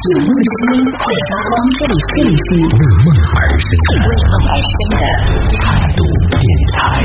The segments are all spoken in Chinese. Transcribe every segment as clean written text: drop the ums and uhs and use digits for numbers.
有梦的声音会发光，这里是为梦而生的态度电台。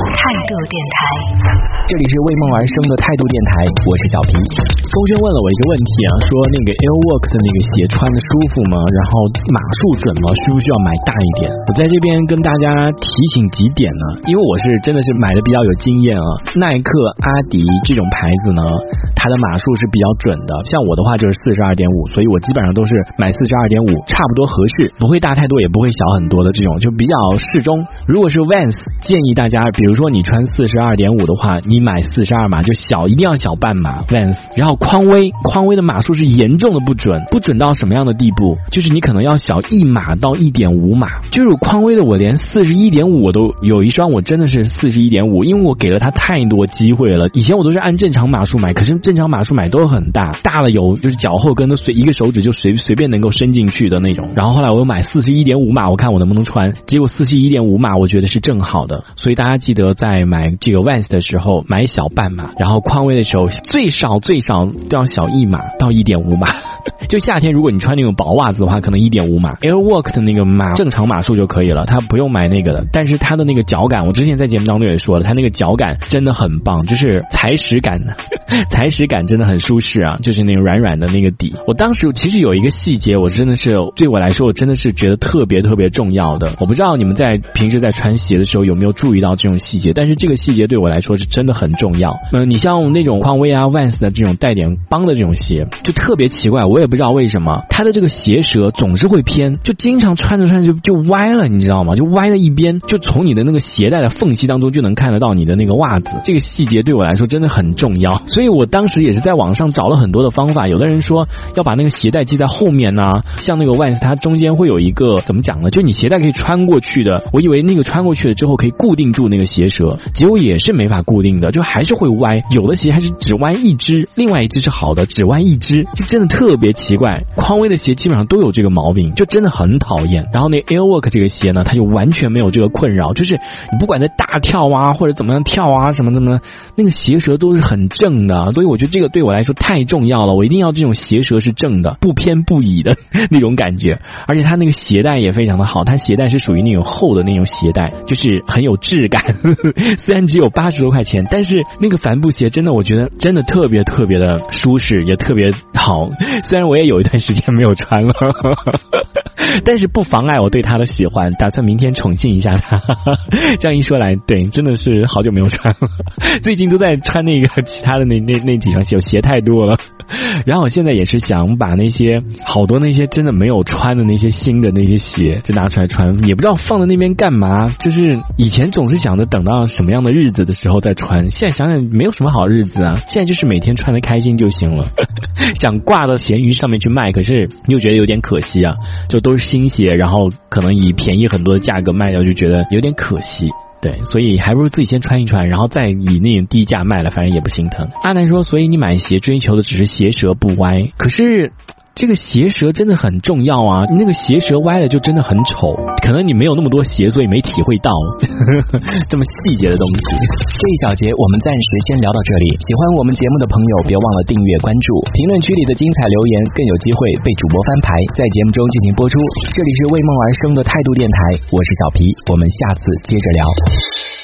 这里是为梦而生的态度电台，我是小皮。周娟问了我一个问题啊，说那个 Airwork 的那个鞋穿的舒服吗？然后码数准吗？需不需要买大一点？我在这边跟大家提醒几点呢，因为我是真的是买的比较有经验啊。耐克、阿迪这种牌子呢，它的码数是比较准的。像我的话就是 42.5， 所以我基本上都是买 42.5， 差不多合适，不会大太多也不会小很多的这种，就比较适中。如果是 Vans， 建议大家比如说你穿 42.5 的话，你买42码就小，一定要小半码 Vans。 然后匡威的码数是严重的不准到什么样的地步，就是你可能要小1码到 1.5 码。就是匡威的我连 41.5 我都有一双，我真的是 41.5， 因为我给了他太多机会了。以前我都是按正常码数买，可是正常码数买都很大了，有就是脚后跟都一个手指就随便能够伸进去的那种。然后后来我又买 41.5 码，我看我能不能穿，结果 41.5 码我觉得是正好的。所以大家记得在买这个 Vans 的时候买小半码，然后匡威的时候最少都要小1码到 1.5 码。就夏天如果你穿那种薄袜子的话，可能 1.5 码 Airwork 的那个码正常码数就可以了，它不用买那个的。但是它的那个脚感，我之前在节目当中也说了，它那个脚感真的很棒，就是踩屎感真的很舒适啊，就是那种软软的那个底。我当时其实有一个细节，我真的是对我来说我真的是觉得特别重要的。我不知道你们在平时在穿鞋的时候有没有注意到这种细节，但是这个细节对我来说是真的很重要。你像那种匡威啊 Vans 的这种带点帮的这种鞋就特别奇怪，我也不知道为什么它的这个鞋舌总是会偏，就经常穿着就歪了，你知道吗？就歪了一边，就从你的那个鞋带的缝隙当中就能看得到你的那个袜子。这个细节对我来说真的很重要，所以我当时也是在网上找了很多的方法。有的人说要把那个鞋带系在后面啊，像那个 Vans 它中间会有一个怎么讲呢，就你鞋带可以穿过去的，我以为那个穿过去了之后可以固定住那个鞋舌，结果也是没法固定的，就还是会歪。有的鞋还是只歪一只，另外一只是好的，只歪一只，就真的特别奇怪。匡威的鞋基本上都有这个毛病，就真的很讨厌。然后那 Airwork 这个鞋呢，它就完全没有这个困扰，就是你不管在大跳啊或者怎么样跳啊什么那个鞋舌都是很正的。所以我觉得这个对我来说太重要了，我一定要这种鞋舌是正的，不偏不倚的那种感觉。而且它那个鞋带也非常的好，它鞋带是属于那种厚的那种鞋带，就是很有质感虽然只有80多块钱，但是那个帆布鞋真的我觉得真的特别的舒适，也特别好。虽然我也有一段时间没有穿了但是不妨碍我对它的喜欢，打算明天宠幸一下它这样一说来，对，真的是好久没有穿了最近都在穿那个其他的那几双鞋，鞋太多了。然后我现在也是想把那些好多那些真的没有穿的那些新的那些鞋就拿出来穿，也不知道放在那边干嘛。就是以前总是想着等到什么样的日子的时候再穿，现在想想没有什么好日子啊，现在就是每天穿的开心就行了想挂到闲鱼上面去卖，可是又觉得有点可惜啊，就都是新鞋，然后可能以便宜很多的价格卖掉，就觉得有点可惜。对，所以还不如自己先穿一穿，然后再以那种低价卖了，反正也不心疼。阿南说，所以你买鞋追求的只是鞋舌不歪，可是这个鞋舌真的很重要啊，你那个鞋舌歪了就真的很丑，可能你没有那么多鞋，所以没体会到这么细节的东西。这一小节我们暂时先聊到这里，喜欢我们节目的朋友别忘了订阅关注，评论区里的精彩留言更有机会被主播翻牌，在节目中进行播出。这里是为梦而生的态度电台，我是小皮，我们下次接着聊。